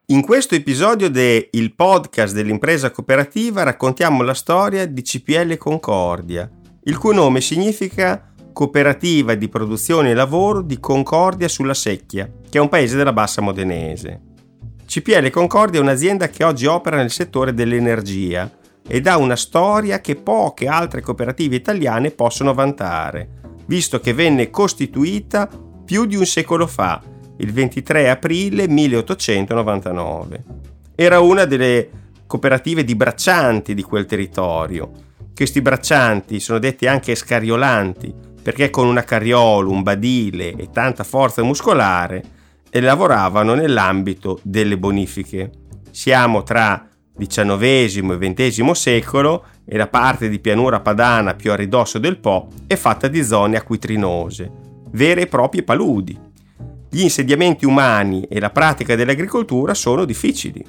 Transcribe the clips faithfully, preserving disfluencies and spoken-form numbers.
In questo episodio de Il podcast dell'impresa cooperativa raccontiamo la storia di C P L Concordia, il cui nome significa Cooperativa di Produzione e Lavoro di Concordia sulla Secchia, che è un paese della Bassa Modenese. C P L Concordia è un'azienda che oggi opera nel settore dell'energia ed ha una storia che poche altre cooperative italiane possono vantare, visto che venne costituita più di un secolo fa, il ventitré aprile milleottocentonovantanove. Era una delle cooperative di braccianti di quel territorio. Questi braccianti sono detti anche scariolanti perché con una carriola, un badile e tanta forza muscolare e lavoravano nell'ambito delle bonifiche. Siamo tra diciannovesimo e ventesimo secolo e la parte di pianura padana più a ridosso del Po è fatta di zone acquitrinose, vere e proprie paludi. Gli insediamenti umani e la pratica dell'agricoltura sono difficili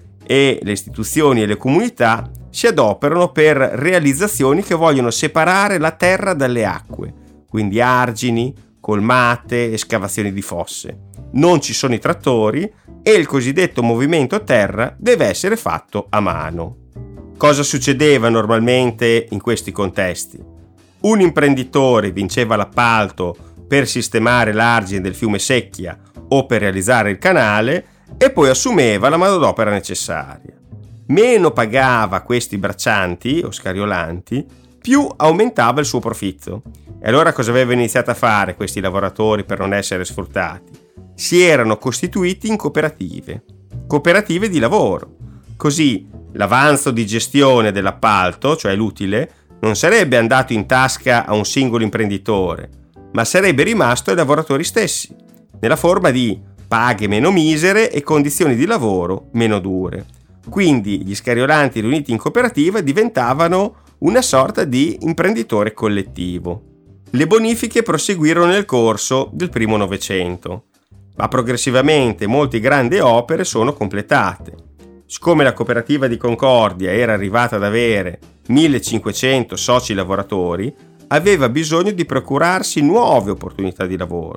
e le istituzioni e le comunità si adoperano per realizzazioni che vogliono separare la terra dalle acque, quindi argini, colmate, escavazioni di fosse. Non ci sono i trattori e il cosiddetto movimento terra deve essere fatto a mano. Cosa succedeva normalmente in questi contesti? Un imprenditore vinceva l'appalto per sistemare l'argine del fiume Secchia o per realizzare il canale e poi assumeva la manodopera necessaria. Meno pagava questi braccianti o scariolanti, più aumentava il suo profitto. E allora cosa avevano iniziato a fare questi lavoratori per non essere sfruttati? Si erano costituiti in cooperative, cooperative di lavoro. Così l'avanzo di gestione dell'appalto, cioè l'utile, non sarebbe andato in tasca a un singolo imprenditore, ma sarebbe rimasto ai lavoratori stessi, nella forma di paghe meno misere e condizioni di lavoro meno dure. Quindi gli scariolanti riuniti in cooperativa diventavano una sorta di imprenditore collettivo. Le bonifiche proseguirono nel corso del primo Novecento, ma progressivamente molte grandi opere sono completate. Siccome la cooperativa di Concordia era arrivata ad avere millecinquecento soci lavoratori, aveva bisogno di procurarsi nuove opportunità di lavoro.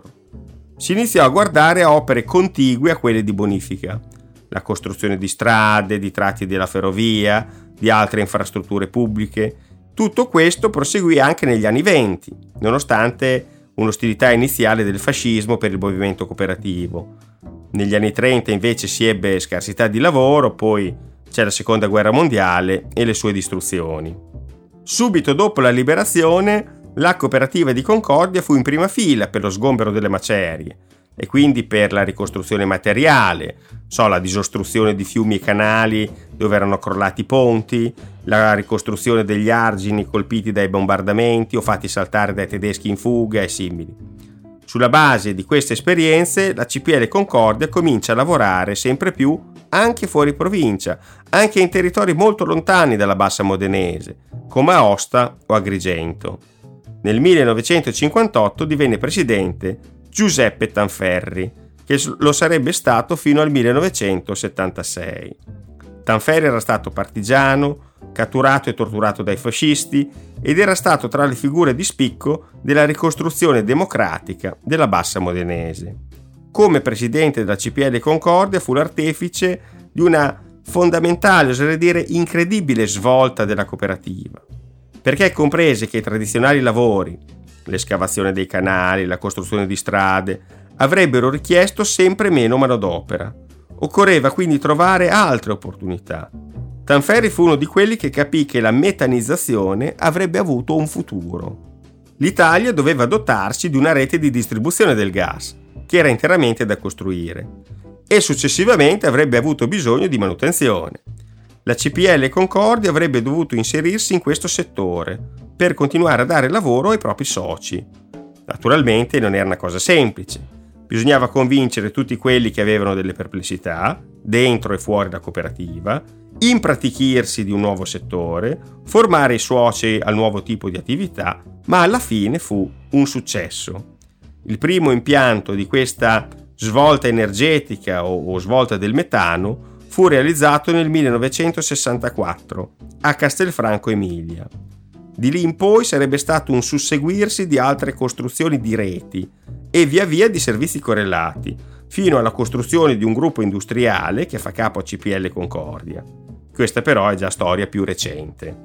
Si iniziò a guardare a opere contigue a quelle di bonifica, la costruzione di strade, di tratti della ferrovia, di altre infrastrutture pubbliche. Tutto questo proseguì anche negli anni venti, nonostante un'ostilità iniziale del fascismo per il movimento cooperativo. Negli anni trenta invece si ebbe scarsità di lavoro, poi c'è la seconda guerra mondiale e le sue distruzioni. Subito dopo la liberazione, la cooperativa di Concordia fu in prima fila per lo sgombero delle macerie e quindi per la ricostruzione materiale, so, la disostruzione di fiumi e canali dove erano crollati i ponti, la ricostruzione degli argini colpiti dai bombardamenti o fatti saltare dai tedeschi in fuga e simili. Sulla base di queste esperienze, la C P L Concordia comincia a lavorare sempre più anche fuori provincia, anche in territori molto lontani dalla Bassa Modenese, come Aosta o Agrigento. Nel millenovecentocinquantotto divenne presidente Giuseppe Tanferri, che lo sarebbe stato fino al millenovecentosettantasei. Tanferri era stato partigiano, catturato e torturato dai fascisti ed era stato tra le figure di spicco della ricostruzione democratica della Bassa Modenese. Come presidente della C P L Concordia fu l'artefice di una fondamentale, oserei dire incredibile svolta della cooperativa, perché comprese che i tradizionali lavori, l'escavazione dei canali, la costruzione di strade, avrebbero richiesto sempre meno manodopera. Occorreva quindi trovare altre opportunità. Tanferri fu uno di quelli che capì che la metanizzazione avrebbe avuto un futuro. L'Italia doveva dotarsi di una rete di distribuzione del gas, che era interamente da costruire, e successivamente avrebbe avuto bisogno di manutenzione. La C P L Concordia avrebbe dovuto inserirsi in questo settore per continuare a dare lavoro ai propri soci. Naturalmente non era una cosa semplice. Bisognava convincere tutti quelli che avevano delle perplessità, dentro e fuori la cooperativa, impratichirsi di un nuovo settore, formare i soci al nuovo tipo di attività, ma alla fine fu un successo. Il primo impianto di questa svolta energetica o, o svolta del metano fu realizzato nel millenovecentosessantaquattro a Castelfranco Emilia. Di lì in poi sarebbe stato un susseguirsi di altre costruzioni di reti e via via di servizi correlati, fino alla costruzione di un gruppo industriale che fa capo a C P L Concordia. Questa però è già storia più recente.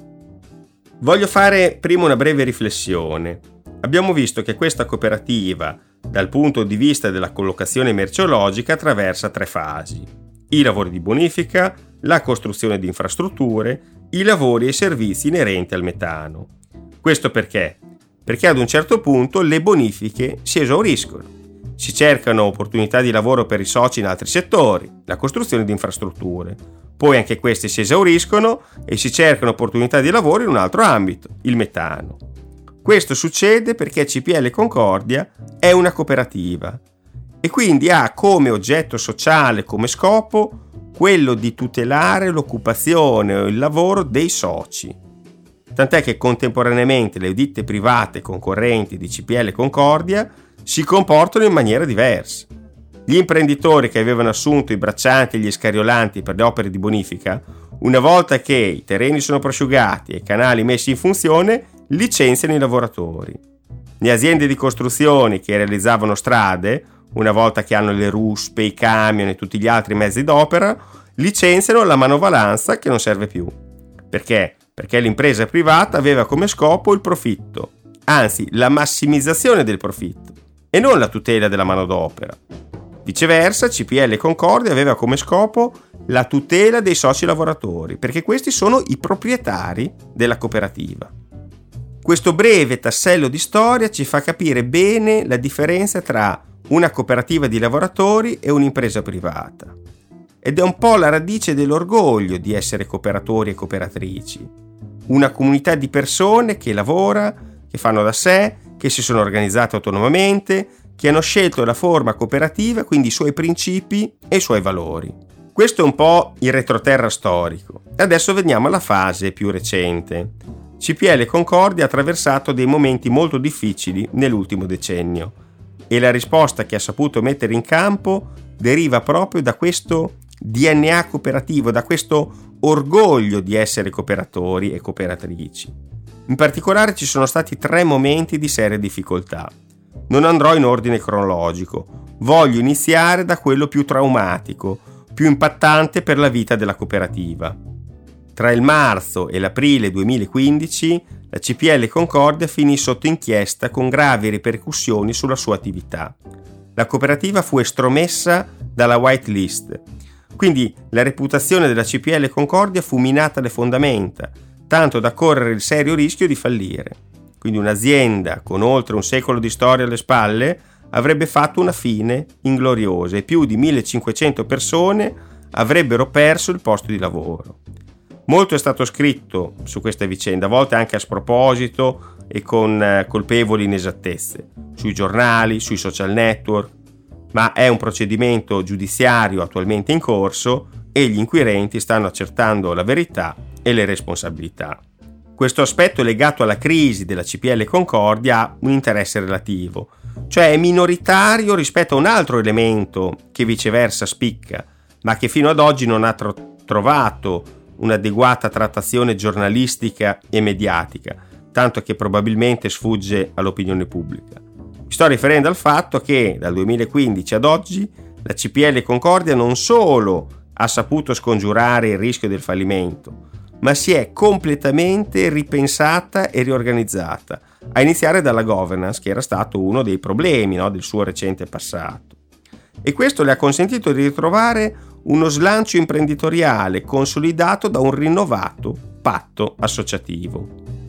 Voglio fare prima una breve riflessione. Abbiamo visto che questa cooperativa, dal punto di vista della collocazione merceologica, attraversa tre fasi: i lavori di bonifica, la costruzione di infrastrutture, i lavori e i servizi inerenti al metano. Questo perché? Perché ad un certo punto le bonifiche si esauriscono. Si cercano opportunità di lavoro per i soci in altri settori, la costruzione di infrastrutture. Poi anche queste si esauriscono e si cercano opportunità di lavoro in un altro ambito, il metano. Questo succede perché C P L Concordia è una cooperativa e quindi ha come oggetto sociale, come scopo, quello di tutelare l'occupazione o il lavoro dei soci. Tant'è che contemporaneamente le ditte private concorrenti di C P L Concordia si comportano in maniera diversa. Gli imprenditori che avevano assunto i braccianti e gli scariolanti per le opere di bonifica, una volta che i terreni sono prosciugati e i canali messi in funzione, licenziano i lavoratori. Le aziende di costruzioni che realizzavano strade, una volta che hanno le ruspe, i camion e tutti gli altri mezzi d'opera, licenziano la manovalanza che non serve più. Perché? Perché l'impresa privata aveva come scopo il profitto, anzi la massimizzazione del profitto, e non la tutela della manodopera. Viceversa, C P L Concordia aveva come scopo la tutela dei soci lavoratori, perché questi sono i proprietari della cooperativa. Questo breve tassello di storia ci fa capire bene la differenza tra una cooperativa di lavoratori e un'impresa privata. Ed è un po' la radice dell'orgoglio di essere cooperatori e cooperatrici. Una comunità di persone che lavora, che fanno da sé, che si sono organizzate autonomamente, che hanno scelto la forma cooperativa, quindi i suoi principi e i suoi valori. Questo è un po' il retroterra storico. Adesso veniamo alla fase più recente. C P L Concordia ha attraversato dei momenti molto difficili nell'ultimo decennio e la risposta che ha saputo mettere in campo deriva proprio da questo D N A cooperativo, da questo orgoglio di essere cooperatori e cooperatrici. In particolare ci sono stati tre momenti di seria difficoltà. Non andrò in ordine cronologico, voglio iniziare da quello più traumatico, più impattante per la vita della cooperativa. Tra il marzo e l'aprile duemilaquindici la C P L Concordia finì sotto inchiesta con gravi ripercussioni sulla sua attività. La cooperativa fu estromessa dalla whitelist, quindi la reputazione della C P L Concordia fu minata alle fondamenta, tanto da correre il serio rischio di fallire. Quindi un'azienda con oltre un secolo di storia alle spalle avrebbe fatto una fine ingloriosa e più di millecinquecento persone avrebbero perso il posto di lavoro. Molto è stato scritto su questa vicenda, a volte anche a sproposito e con eh, colpevoli inesattezze, sui giornali, sui social network, ma è un procedimento giudiziario attualmente in corso e gli inquirenti stanno accertando la verità e le responsabilità. Questo aspetto legato alla crisi della C P L Concordia ha un interesse relativo, cioè è minoritario rispetto a un altro elemento che viceversa spicca, ma che fino ad oggi non ha tro- trovato un'adeguata trattazione giornalistica e mediatica, tanto che probabilmente sfugge all'opinione pubblica. Mi sto riferendo al fatto che dal duemilaquindici ad oggi la C P L Concordia non solo ha saputo scongiurare il rischio del fallimento, ma si è completamente ripensata e riorganizzata, a iniziare dalla governance, che era stato uno dei problemi, no, del suo recente passato. E questo le ha consentito di ritrovare uno slancio imprenditoriale consolidato da un rinnovato patto associativo.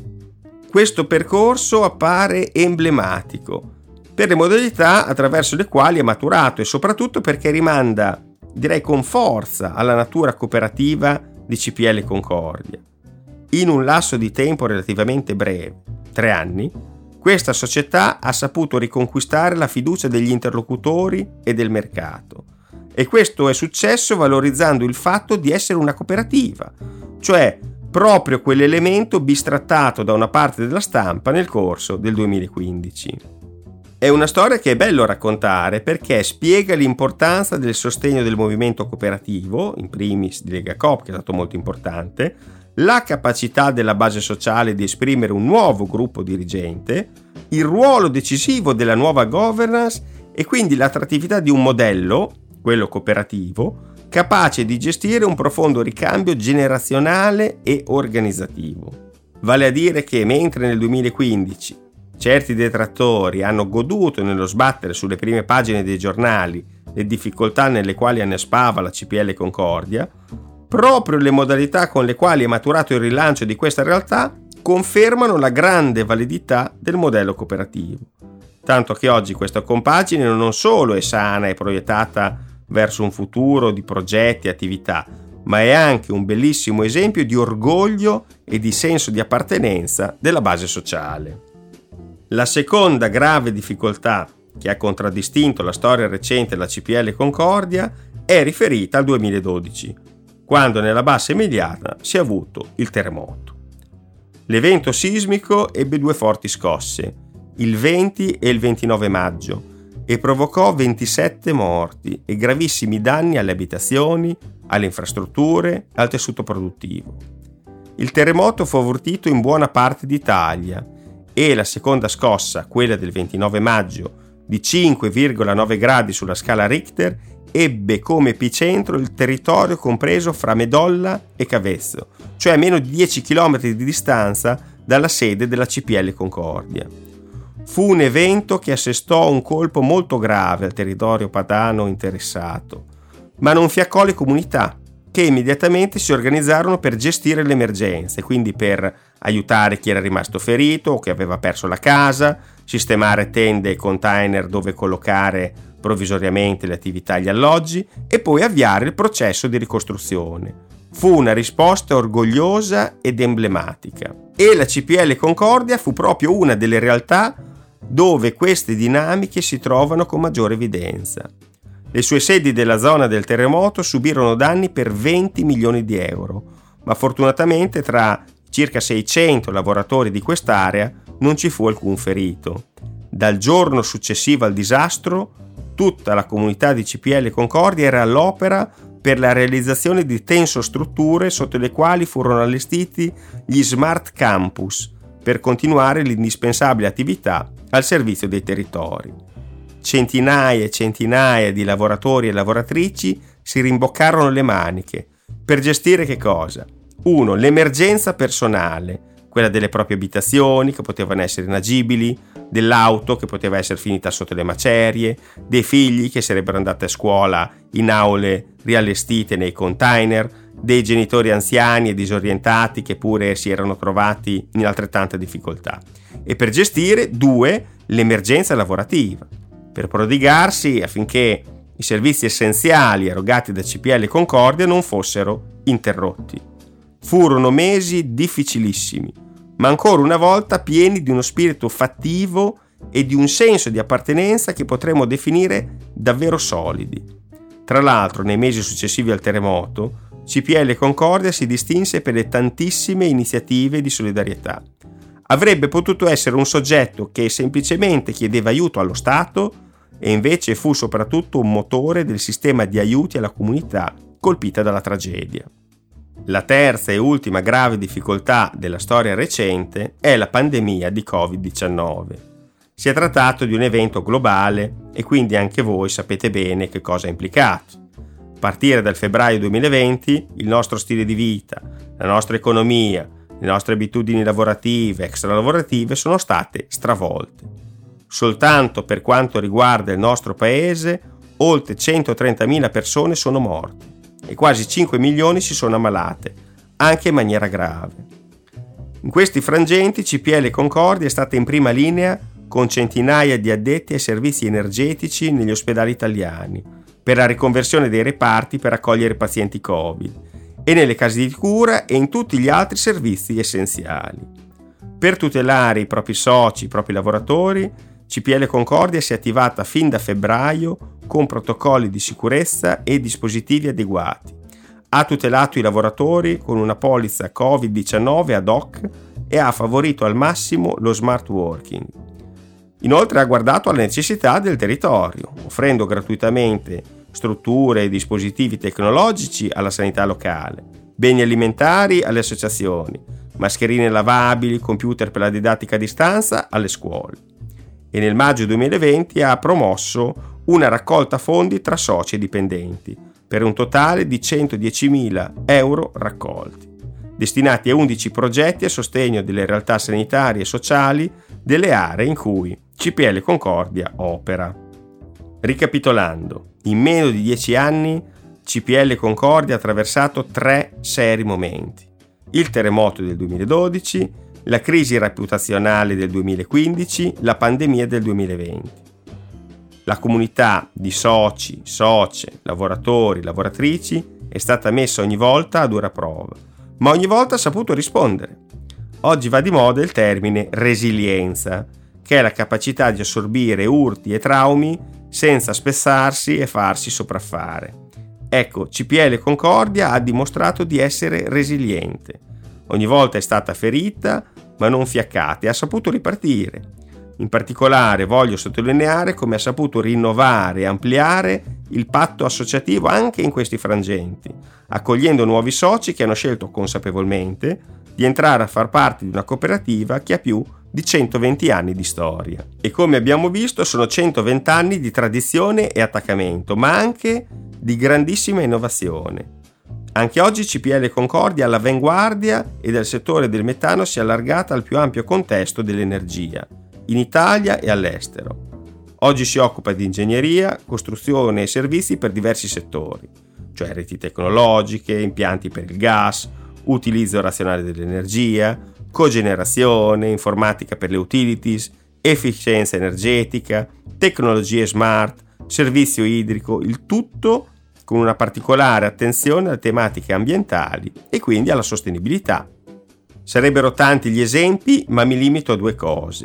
Questo percorso appare emblematico per le modalità attraverso le quali è maturato e soprattutto perché rimanda, direi con forza, alla natura cooperativa di C P L Concordia. In un lasso di tempo relativamente breve, tre anni, questa società ha saputo riconquistare la fiducia degli interlocutori e del mercato. E questo è successo valorizzando il fatto di essere una cooperativa, cioè proprio quell'elemento bistrattato da una parte della stampa nel corso del duemilaquindici. È una storia che è bello raccontare perché spiega l'importanza del sostegno del movimento cooperativo, in primis di Legacoop, che è stato molto importante, la capacità della base sociale di esprimere un nuovo gruppo dirigente, il ruolo decisivo della nuova governance e quindi l'attrattività di un modello, quello cooperativo, capace di gestire un profondo ricambio generazionale e organizzativo. Vale a dire che mentre nel duemilaquindici certi detrattori hanno goduto nello sbattere sulle prime pagine dei giornali le difficoltà nelle quali annespava la C P L Concordia, proprio le modalità con le quali è maturato il rilancio di questa realtà confermano la grande validità del modello cooperativo. Tanto che oggi questa compagine non solo è sana e proiettata verso un futuro di progetti e attività, ma è anche un bellissimo esempio di orgoglio e di senso di appartenenza della base sociale. La seconda grave difficoltà che ha contraddistinto la storia recente della C P L Concordia è riferita al duemiladodici, quando nella Bassa Emiliana si è avuto il terremoto. L'evento sismico ebbe due forti scosse, il venti e il ventinove maggio, e provocò ventisette morti e gravissimi danni alle abitazioni, alle infrastrutture e al tessuto produttivo. Il terremoto fu avvertito in buona parte d'Italia e la seconda scossa, quella del ventinove maggio, di cinque virgola nove gradi sulla scala Richter, ebbe come epicentro il territorio compreso fra Medolla e Cavezzo, cioè a meno di dieci chilometri di distanza dalla sede della C P L Concordia. Fu un evento che assestò un colpo molto grave al territorio padano interessato, ma non fiaccò le comunità, che immediatamente si organizzarono per gestire l'emergenza e quindi per aiutare chi era rimasto ferito o che aveva perso la casa, sistemare tende e container dove collocare provvisoriamente le attività e gli alloggi e poi avviare il processo di ricostruzione. Fu una risposta orgogliosa ed emblematica e la C P L Concordia fu proprio una delle realtà dove queste dinamiche si trovano con maggiore evidenza. Le sue sedi della zona del terremoto subirono danni per venti milioni di euro, ma fortunatamente tra circa seicento lavoratori di quest'area non ci fu alcun ferito. Dal giorno successivo al disastro, tutta la comunità di C P L Concordia era all'opera per la realizzazione di tensostrutture sotto le quali furono allestiti gli smart campus per continuare l'indispensabile attività al servizio dei territori. Centinaia e centinaia di lavoratori e lavoratrici si rimboccarono le maniche per gestire che cosa? uno. L'emergenza personale, quella delle proprie abitazioni che potevano essere inagibili, dell'auto che poteva essere finita sotto le macerie, dei figli che sarebbero andati a scuola in aule riallestite nei container, dei genitori anziani e disorientati che pure si erano trovati in altrettanta difficoltà. E per gestire, due, l'emergenza lavorativa, per prodigarsi affinché i servizi essenziali erogati da C P L Concordia non fossero interrotti. Furono mesi difficilissimi, ma ancora una volta pieni di uno spirito fattivo e di un senso di appartenenza che potremmo definire davvero solidi. Tra l'altro, nei mesi successivi al terremoto, C P L Concordia si distinse per le tantissime iniziative di solidarietà. Avrebbe potuto essere un soggetto che semplicemente chiedeva aiuto allo Stato e invece fu soprattutto un motore del sistema di aiuti alla comunità colpita dalla tragedia. La terza e ultima grave difficoltà della storia recente è la pandemia di covid diciannove. Si è trattato di un evento globale e quindi anche voi sapete bene che cosa ha implicato. A partire dal febbraio duemilaventi il nostro stile di vita, la nostra economia, le nostre abitudini lavorative e extralavorative sono state stravolte. Soltanto per quanto riguarda il nostro paese, oltre centotrentamila persone sono morte e quasi cinque milioni si sono ammalate, anche in maniera grave. In questi frangenti C P L Concordia è stata in prima linea con centinaia di addetti ai servizi energetici negli ospedali italiani, per la riconversione dei reparti per accogliere pazienti Covid, e nelle case di cura e in tutti gli altri servizi essenziali. Per tutelare i propri soci, i propri lavoratori, C P L Concordia si è attivata fin da febbraio con protocolli di sicurezza e dispositivi adeguati. Ha tutelato i lavoratori con una polizza covid diciannove ad hoc e ha favorito al massimo lo smart working. Inoltre ha guardato alle necessità del territorio, offrendo gratuitamente strutture e dispositivi tecnologici alla sanità locale, beni alimentari alle associazioni, mascherine lavabili, computer per la didattica a distanza alle scuole. e nel maggio duemilaventi ha promosso una raccolta fondi tra soci e dipendenti per un totale di centodiecimila euro raccolti, destinati a undici progetti a sostegno delle realtà sanitarie e sociali delle aree in cui C P L Concordia opera. Ricapitolando, in meno di dieci anni C P L Concordia ha attraversato tre seri momenti: il terremoto del duemiladodici, la crisi reputazionale del duemilaquindici, la pandemia del duemilaventi. La comunità di soci, socie, lavoratori, lavoratrici è stata messa ogni volta a dura prova, ma ogni volta ha saputo rispondere. Oggi va di moda il termine resilienza, che è la capacità di assorbire urti e traumi senza spessarsi e farsi sopraffare. Ecco, C P L Concordia ha dimostrato di essere resiliente. Ogni volta è stata ferita, ma non fiaccata, e ha saputo ripartire. In particolare voglio sottolineare come ha saputo rinnovare e ampliare il patto associativo anche in questi frangenti, accogliendo nuovi soci che hanno scelto consapevolmente di entrare a far parte di una cooperativa che ha più di centoventi anni di storia. E come abbiamo visto sono centoventi anni di tradizione e attaccamento, ma anche di grandissima innovazione. Anche oggi C P L Concordia è all'avanguardia e del settore del metano si è allargata al più ampio contesto dell'energia, in Italia e all'estero. Oggi si occupa di ingegneria, costruzione e servizi per diversi settori, cioè reti tecnologiche, impianti per il gas, utilizzo razionale dell'energia, cogenerazione, informatica per le utilities, efficienza energetica, tecnologie smart, servizio idrico, il tutto con una particolare attenzione alle tematiche ambientali e quindi alla sostenibilità. Sarebbero tanti gli esempi, ma mi limito a due cose.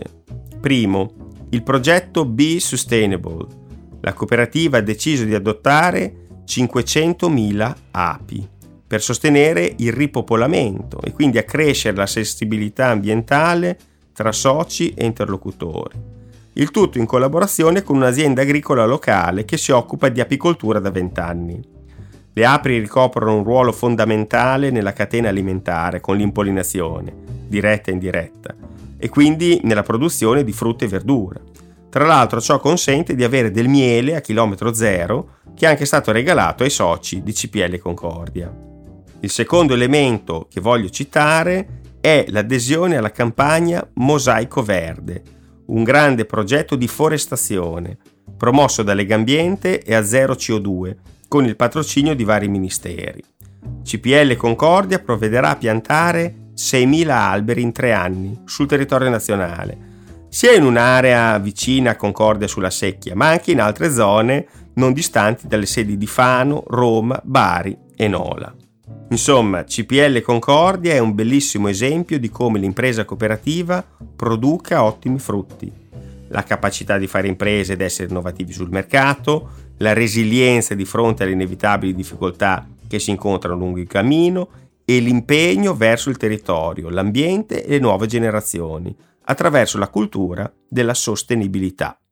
Primo, il progetto Be Sustainable. La cooperativa ha deciso di adottare cinquecentomila api per sostenere il ripopolamento e quindi accrescere la sensibilità ambientale tra soci e interlocutori. Il tutto in collaborazione con un'azienda agricola locale che si occupa di apicoltura da vent'anni. Le api ricoprono un ruolo fondamentale nella catena alimentare con l'impollinazione, diretta e indiretta, e quindi nella produzione di frutta e verdura. Tra l'altro ciò consente di avere del miele a chilometro zero che è anche stato regalato ai soci di C P L Concordia. Il secondo elemento che voglio citare è l'adesione alla campagna Mosaico Verde, un grande progetto di forestazione promosso da Legambiente e Azero C O due con il patrocinio di vari ministeri. C P L Concordia provvederà a piantare seimila alberi in tre anni sul territorio nazionale, sia in un'area vicina a Concordia sulla Secchia, ma anche in altre zone non distanti dalle sedi di Fano, Roma, Bari e Nola. Insomma, C P L Concordia è un bellissimo esempio di come l'impresa cooperativa produca ottimi frutti. La capacità di fare imprese ed essere innovativi sul mercato, la resilienza di fronte alle inevitabili difficoltà che si incontrano lungo il cammino e l'impegno verso il territorio, l'ambiente e le nuove generazioni, attraverso la cultura della sostenibilità.